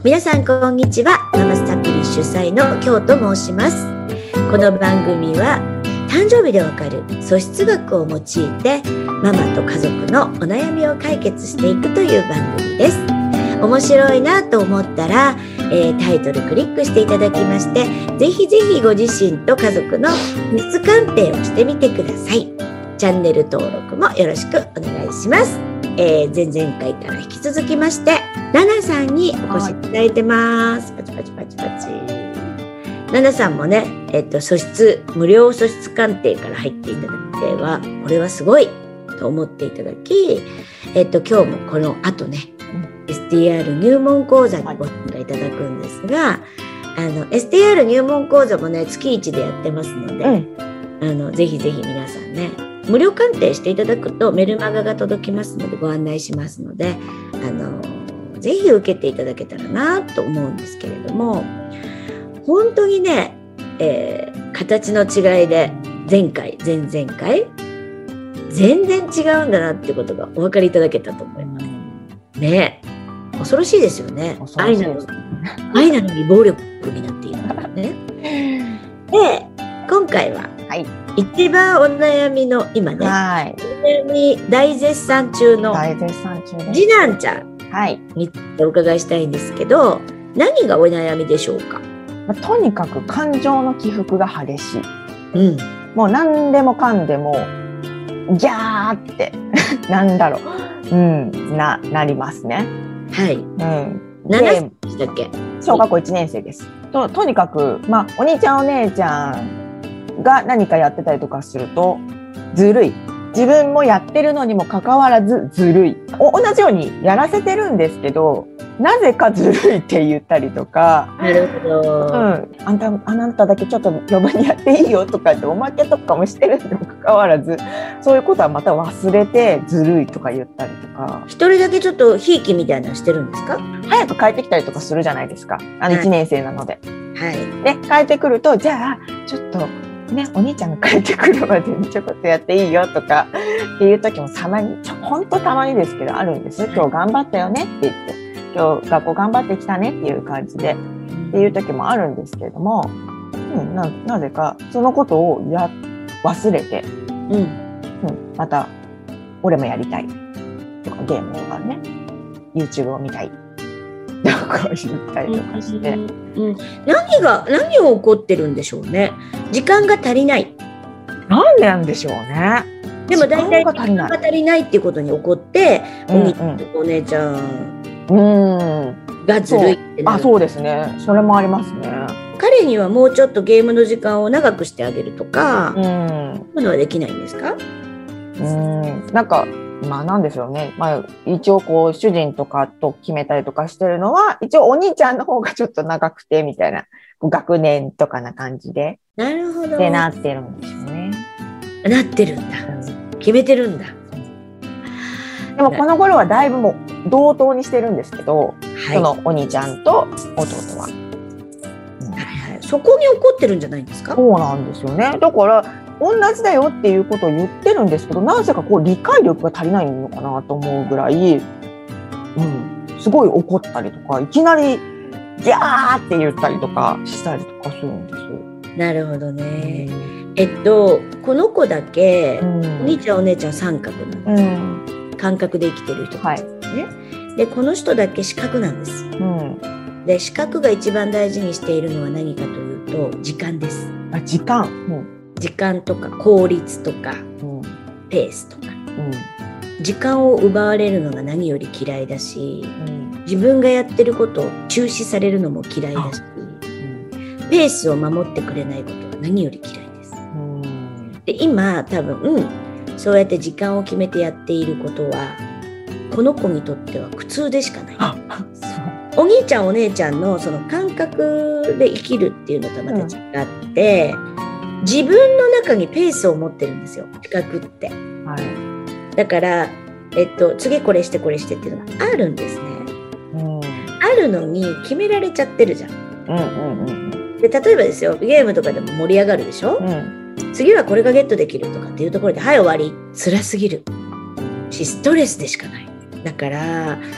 皆さんこんにちは。ママスタプリ主催の京と申します。この番組は誕生日でわかる素質学を用いてママと家族のお悩みを解決していくという番組です。面白いなと思ったら、タイトルクリックしていただきまして、ぜひぜひご自身と家族の素質鑑定をしてみてください。チャンネル登録もよろしくお願いします。前々回から引き続きましてナナさんにお越しいただいてます。パチパチパチパチ。ナナさんもね、無料素質鑑定から入っていただいては、これはすごいと思っていただき、今日もこの後ね、STR 入門講座にご参加いただくんですが、STR 入門講座もね、月1でやってますので、ぜひぜひ皆さんね、無料鑑定していただくとメルマガが届きますのでご案内しますので、ぜひ受けていただけたらなと思うんですけれども、本当にね、形の違いで前回前々回全然違うんだなってことがお分かりいただけたと思いますね。恐ろしいですよね。愛なのに暴力になっているからね。で、今回は、一番お悩みの今ね、お悩み大絶賛中の次男ちゃんにお伺いしたいんですけど、何がお悩みでしょうか？ とにかく感情の起伏が激しい。もう何でもかんでもギャーってなんだろう、なりますね。 何歳だっけ？ 小学校1年生です。とにかく、お兄ちゃんお姉ちゃんが何かやってたりとかするとずるい。自分もやってるのにもかかわらずずるい。同じようにやらせてるんですけど、なぜかずるいって言ったりとか、 なるほど、 あなただけちょっと余分にやっていいよとかっておまけとかもしてるにもかかわらず、そういうことはまた忘れてずるいとか言ったりとか。 一人だけちょっとひいきみたいなのしてるんですか？ 早く帰ってきたりとかするじゃないですか。1年生なので。で、帰ってくると、じゃあちょっとね、お兄ちゃんが帰ってくるまでにちょこっとやっていいよとかっていう時もたまに、ほんとたまにですけどあるんです。今日頑張ったよねって言って、今日学校頑張ってきたねっていう感じでっていう時もあるんですけれども、なぜかそのことを忘れて、また俺もやりたいとか、ゲームがね、YouTube を見たいとか言ったりとかして、 何を起こってるんでしょうね。時間が足りない。 なんでなんでしょうね。 でも大体時間が足りないっていうことに起こって、お兄ちゃんとお姉ちゃんがずるいってなる。 そうですね。それもありますね。 彼にはもうちょっとゲームの時間を長くしてあげるとか、そういうのはできないんですか？ なんかなんでしょうね。一応こう主人とかと決めたりとかしてるのは、一応お兄ちゃんの方がちょっと長くてみたいな、学年とかな感じで。 なるほど。 でなってるんでしょうね。 なってるんだ。決めてるんだ。 でもこの頃はだいぶもう同等にしてるんですけど、そのお兄ちゃんと弟は。 そこに怒ってるんじゃないんですか？ そうなんですよね。だから同じだよっていうことを言ってるんですけど、なぜかこう理解力が足りないのかなと思うぐらい、すごい怒ったりとか、いきなりギャーって言ったりとかしたりとかするんです。 なるほどね。この子だけ、お兄ちゃんお姉ちゃん三角なんです。感覚で生きてる人たちですね。で、この人だけ四角なんです。で、四角が一番大事にしているのは何かというと、時間です。時間とか効率とか、ペースとか、時間を奪われるのが何より嫌いだし、自分がやってることを中止されるのも嫌いだし、ペースを守ってくれないことは何より嫌いです。で、今多分そうやって時間を決めてやっていることはこの子にとっては苦痛でしかない。お兄ちゃんお姉ちゃんのその感覚で生きるっていうのとまた違って、自分の中にペースを持ってるんですよ、視覚って、だから次これしてこれしてっていうのがあるんですね。あるのに決められちゃってるじゃん。で、例えばですよ、ゲームとかでも盛り上がるでしょ、次はこれがゲットできるとかっていうところで、はい終わり、辛すぎるしストレスでしかない。だから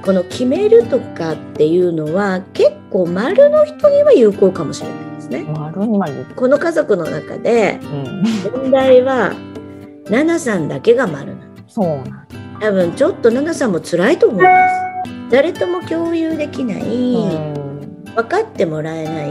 この決めるとかっていうのは結構丸の人には有効かもしれないですね。 丸には有効。 この家族の中で問題はナナさんだけが丸なんです。 そうなんです。 多分ちょっとナナさんも辛いと思います。誰とも共有できない、分かってもらえない、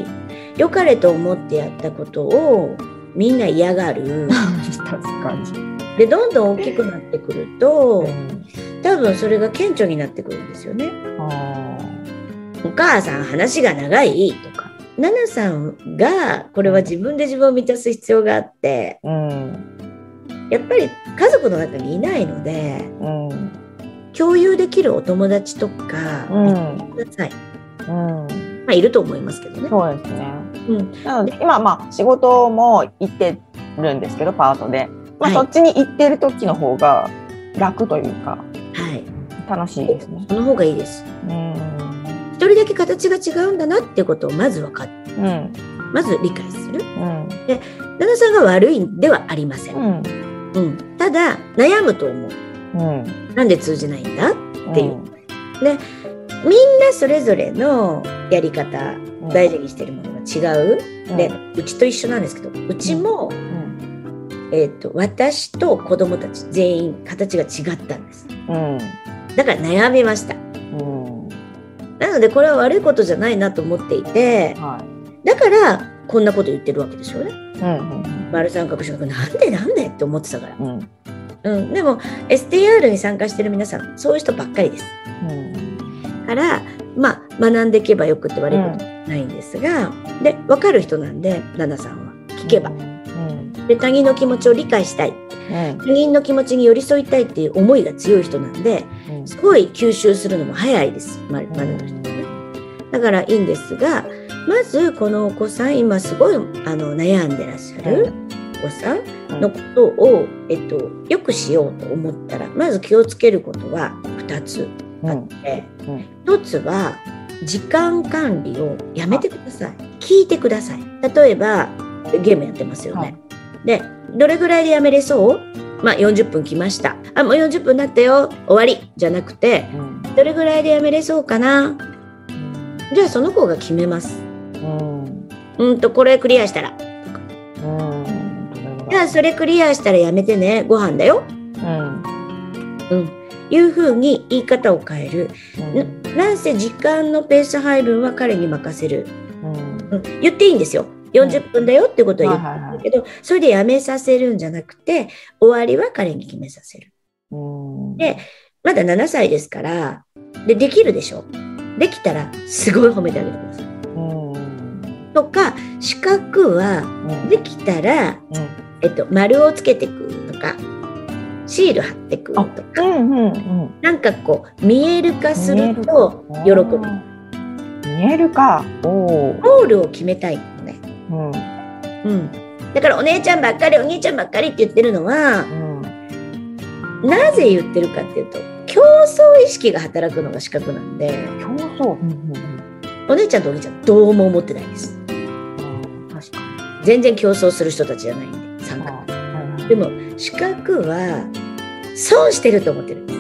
良かれと思ってやったことをみんな嫌がる。 確かに。 でどんどん大きくなってくると、多分それが顕著になってくるんですよね。お母さん話が長いとか、ナナさんがこれは自分で自分を満たす必要があって、やっぱり家族の中にいないので、共有できるお友達とか見てください。いると思いますけどね。 そうですね。なので今仕事も行ってるんですけど、パートで、そっちに行ってる時の方が楽というか、楽しいですね。 その方がいいです。一人だけ形が違うんだなっていうことをまず分かって、まず理解する。で、旦那さんが悪いんではありません。ただ悩むと思う。なんで通じないんだっていう。で、みんなそれぞれのやり方、大事にしてるものが違う。で、うちと一緒なんですけど、うちも、私と子供たち全員形が違ったんです。だから悩みました。なのでこれは悪いことじゃないなと思っていて、だからこんなこと言ってるわけでしょうね。丸三角四角なんでって思ってたから。でも STR に参加してる皆さんそういう人ばっかりです。から学んでいけばよくって悪いことないんですが、で分かる人なんでナナさんは聞けば、で他人の気持ちを理解したい、他人の気持ちに寄り添いたいっていう思いが強い人なんで、すごい吸収するのも早いです、丸の人ね。だからいいんですが、まずこのお子さん今すごい悩んでらっしゃるお子さんのことを、よくしようと思ったらまず気をつけることは2つあって、1つは時間管理をやめてください。聞いてください。例えばゲームやってますよね。でどれぐらいでやめれそう？40分来ました。もう40分になったよ。終わりじゃなくて、どれぐらいでやめれそうかな。じゃあその子が決めます。これクリアしたら。じゃあそれクリアしたらやめてね。ご飯だよ。いうふうに言い方を変える。なんせ時間のペース配分は彼に任せる。言っていいんですよ。40分だよってことは言ってるけど、それでやめさせるんじゃなくて、終わりは彼に決めさせる。で、まだ7歳ですから、できるでしょ。できたらすごい褒めてあげてください。とか、資格はできたら、丸をつけていくとか、シール貼っていくとか、なんかこう見える化すると喜ぶ。 見えるか。 ゴールを決めたいのね。だからお姉ちゃんばっかりお兄ちゃんばっかりって言ってるのは、なぜ言ってるかっていうと、競争意識が働くのが資格なんで。 競争、 お姉ちゃんとお兄ちゃんどうも思ってないです。 確かに全然競争する人たちじゃないんで、参加。でも資格は損してると思ってるんです。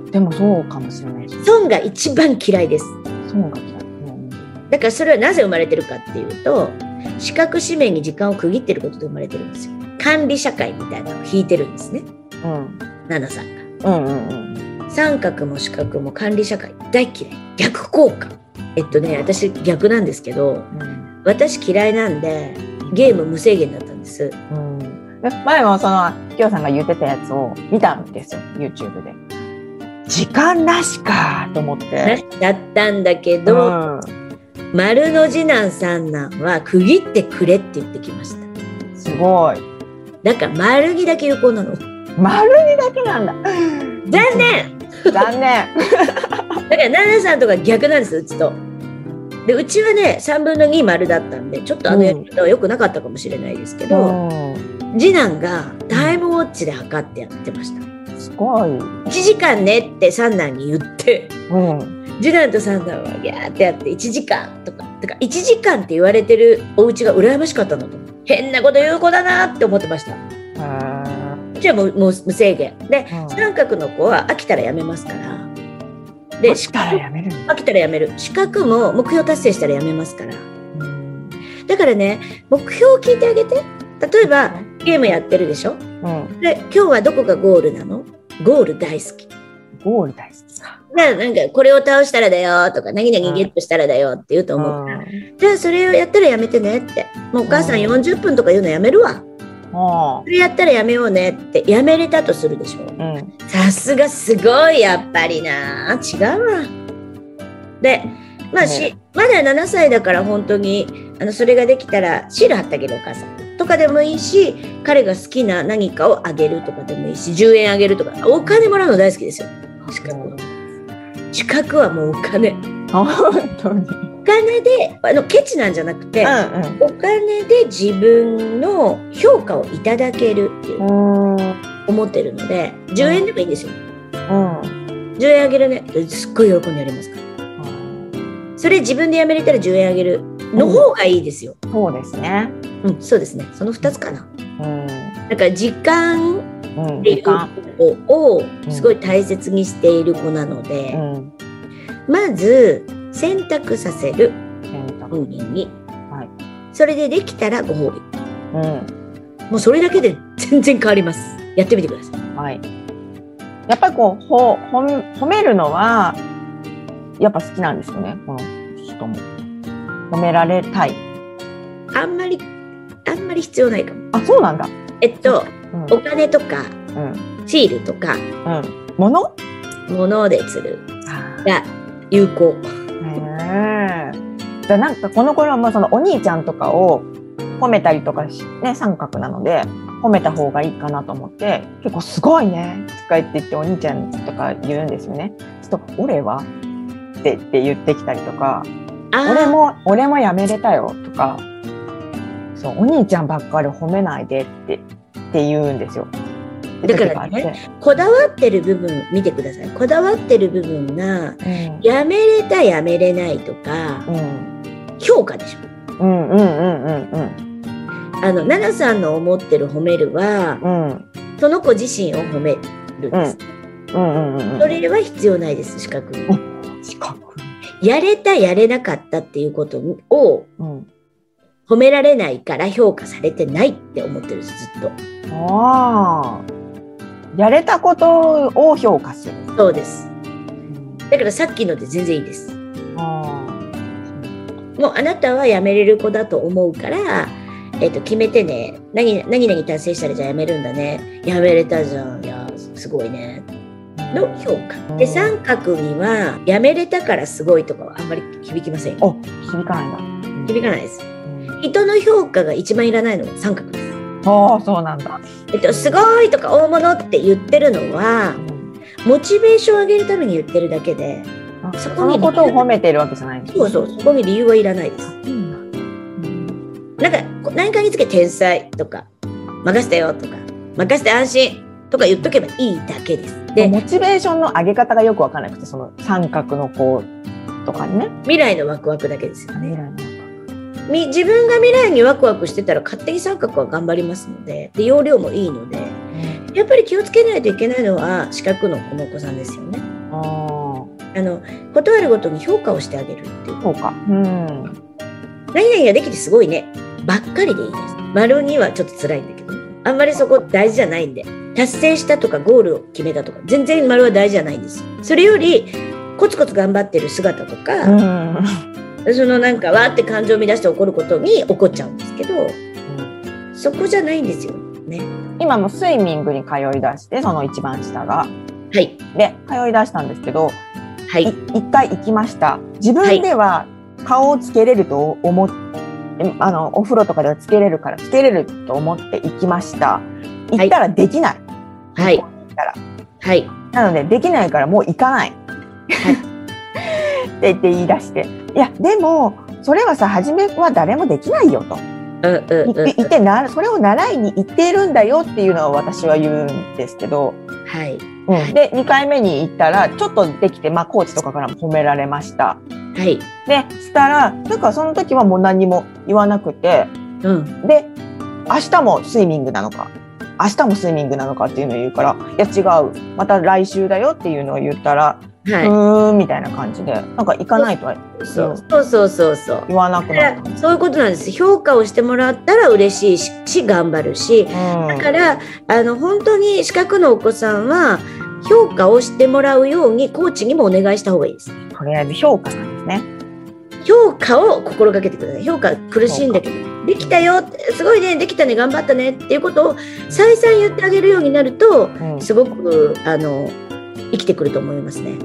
でもそうかもしれない。 損が一番嫌いです。 損が嫌い。 だからそれはなぜ生まれてるかっていうと、資格使命に時間を区切ってることで生まれてるんですよ。管理社会みたいなのを引いてるんですね。ナナさんが。三角も四角も管理社会大嫌い。逆効果。私逆なんですけど、私嫌いなんでゲーム無制限だったんです。 前もきよさんが言ってたやつを見たんですよ、 YouTube で。時間なしかと思ってだったんだけど、丸の次男三男は区切ってくれって言ってきました。 すごい。 だから丸にだけ有効なの。 丸にだけなんだ。 残念だからナナさんとか逆なんです、うちと。でうちはね3分の2丸だったんで、ちょっとやり方は良くなかったかもしれないですけど、次男がタイムウォッチで測ってやってました。 すごい。 1時間ねって三男に言って、次男と三男はギャーってやって1時間とか、だから1時間って言われてるお家が羨ましかったのと、変なこと言う子だなって思ってました。うちはもう無制限で、三角の子は飽きたらやめますから。 で、飽きたらやめる。 飽きたらやめる。資格も目標達成したらやめますから。だからね、目標を聞いてあげて。例えば、ゲームやってるでしょ、で、今日はどこがゴールなの？ゴール大好き。 ゴール大好きか。 なんか、これを倒したらだよとか、何々ゲットしたらだよって言うと思うから、じゃあそれをやったらやめてねって。もうお母さん40分とか言うのやめるわ。それやったらやめようねってやめれたとするでしょ。さすがすごい、やっぱりな。違うわ。で、まだ7歳だから本当にそれができたらシール貼ってあげるお母さんとかでもいいし、彼が好きな何かをあげるとかでもいいし、10円あげるとか、お金もらうの大好きですよ。資格はもうお金。 本当に。 お金でケチなんじゃなくて、お金で自分の評価をいただけるっていう思ってるので、10円でもいいんですよ。10円あげるね、すっごい喜んでやりますから。それ自分でやめれたら10円あげるの方がいいですよ。 そうですね。 そうですね。その2つかな。だから時間っていうことをすごい大切にしている子なので、まず選択させる、本人に、それでできたらご褒美、もうそれだけで全然変わります。やってみてください。 やっぱりこう褒めるのはやっぱ好きなんですよね、この人も。褒められたい。 あんまり必要ないかも。 そうなんだ。 お金とか、シールとか、物で釣るが有効。 じゃあなんかこの頃はもうそのお兄ちゃんとかを褒めたりとかね、三角なので褒めた方がいいかなと思って、結構すごいねとか言ってお兄ちゃんとか言うんですよね。ちょっと俺はって言ってきたりとか、俺もやめれたよとか、そうお兄ちゃんばっかり褒めないでって言うんですよ。 だからね、こだわってる部分見てください。こだわってる部分が、やめれたやめれないとか、評価でしょ。奈々さんの思ってる褒めるは、その子自身を褒めるんです。それは必要ないです、資格に。やれたやれなかったっていうことを、褒められないから評価されてないって思ってるんです、ずっと。 やれたことを評価する。 そうです。だからさっきので全然いいです。もうあなたはやめれる子だと思うから、決めてね。何々達成したらじゃあやめるんだね。やめれたじゃん。いや、すごいね。の評価。で、三角には、やめれたからすごいとかはあんまり響きません。 響かないんだ。 響かないです。人の評価が一番いらないのは三角です。 そうなんだ。 すごいとか大物って言ってるのは、モチベーションを上げるために言ってるだけで、 そのことを褒めてるわけじゃないんです。 そこに理由はいらないです。なんか何かにつけ天才とか任せたよとか任せて安心とか言っとけばいいだけです。で、 モチベーションの上げ方がよく分からなくて、その三角の子とかにね、 未来のワクワクだけですよね。自分が未来にワクワクしてたら勝手に三角は頑張りますので、容量もいいので、やっぱり気をつけないといけないのは資格のこのお子さんですよね。ことあるごとに評価をしてあげるっていう。 評価。 何々ができてすごいねばっかりでいいです。丸にはちょっと辛いんだけど、あんまりそこ大事じゃないんで、達成したとかゴールを決めたとか全然丸は大事じゃないんです。それよりコツコツ頑張ってる姿とか、そのなんかわーって感情を乱して怒ることに怒っちゃうんですけど、そこじゃないんですよね。 今もスイミングに通い出して、その一番下がで通い出したんですけど、一回行きました。自分では顔をつけれると思って、お風呂とかではつけれると思って行きました。行ったらできない。なのでできないからもう行かない。って言い出して、いやでもそれはさ、初めは誰もできないよと言ってそれを習いに行っているんだよっていうのを私は言うんですけど、で2回目に行ったらちょっとできて、コーチとかからも褒められました。でしたらなんかその時はもう何も言わなくて、で明日もスイミングなのかっていうのを言うから、いや違う、また来週だよっていうのを言ったら、 みたいな感じで、なんか行かないとそう言わなくなる。 そういうことなんです。評価をしてもらったら嬉しいし、頑張るし、だから本当に視覚のお子さんは評価をしてもらうようにコーチにもお願いした方がいいです。 とりあえず評価なんですね。 評価を心がけてください。評価苦しいんだけど、できたよ、すごいね、できたね、頑張ったねっていうことを再三言ってあげるようになると、すごく生きてくると思いますね。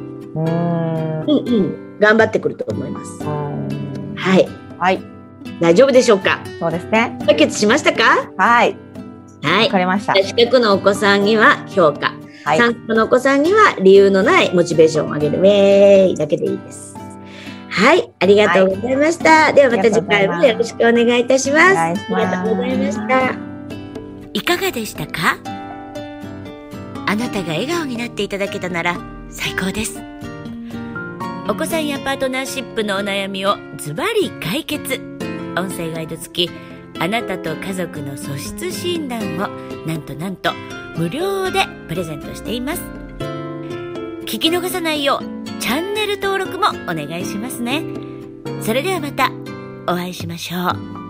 頑張ってくると思います。はい。大丈夫でしょうか。 そうですね。 解決しましたか。 はい。わかりました。 視覚のお子さんには評価、参考のお子さんには理由のないモチベーションを上げるウェイだけでいいです。はい、ありがとうございました。ではまた次回もよろしくお願いいたします。ありがとうございました。いかがでしたか。あなたが笑顔になっていただけたなら最高です。お子さんやパートナーシップのお悩みをズバリ解決。音声ガイド付きあなたと家族の素質診断をなんと無料でプレゼントしています。聞き逃さないようチャンネル登録もお願いしますね。それではまたお会いしましょう。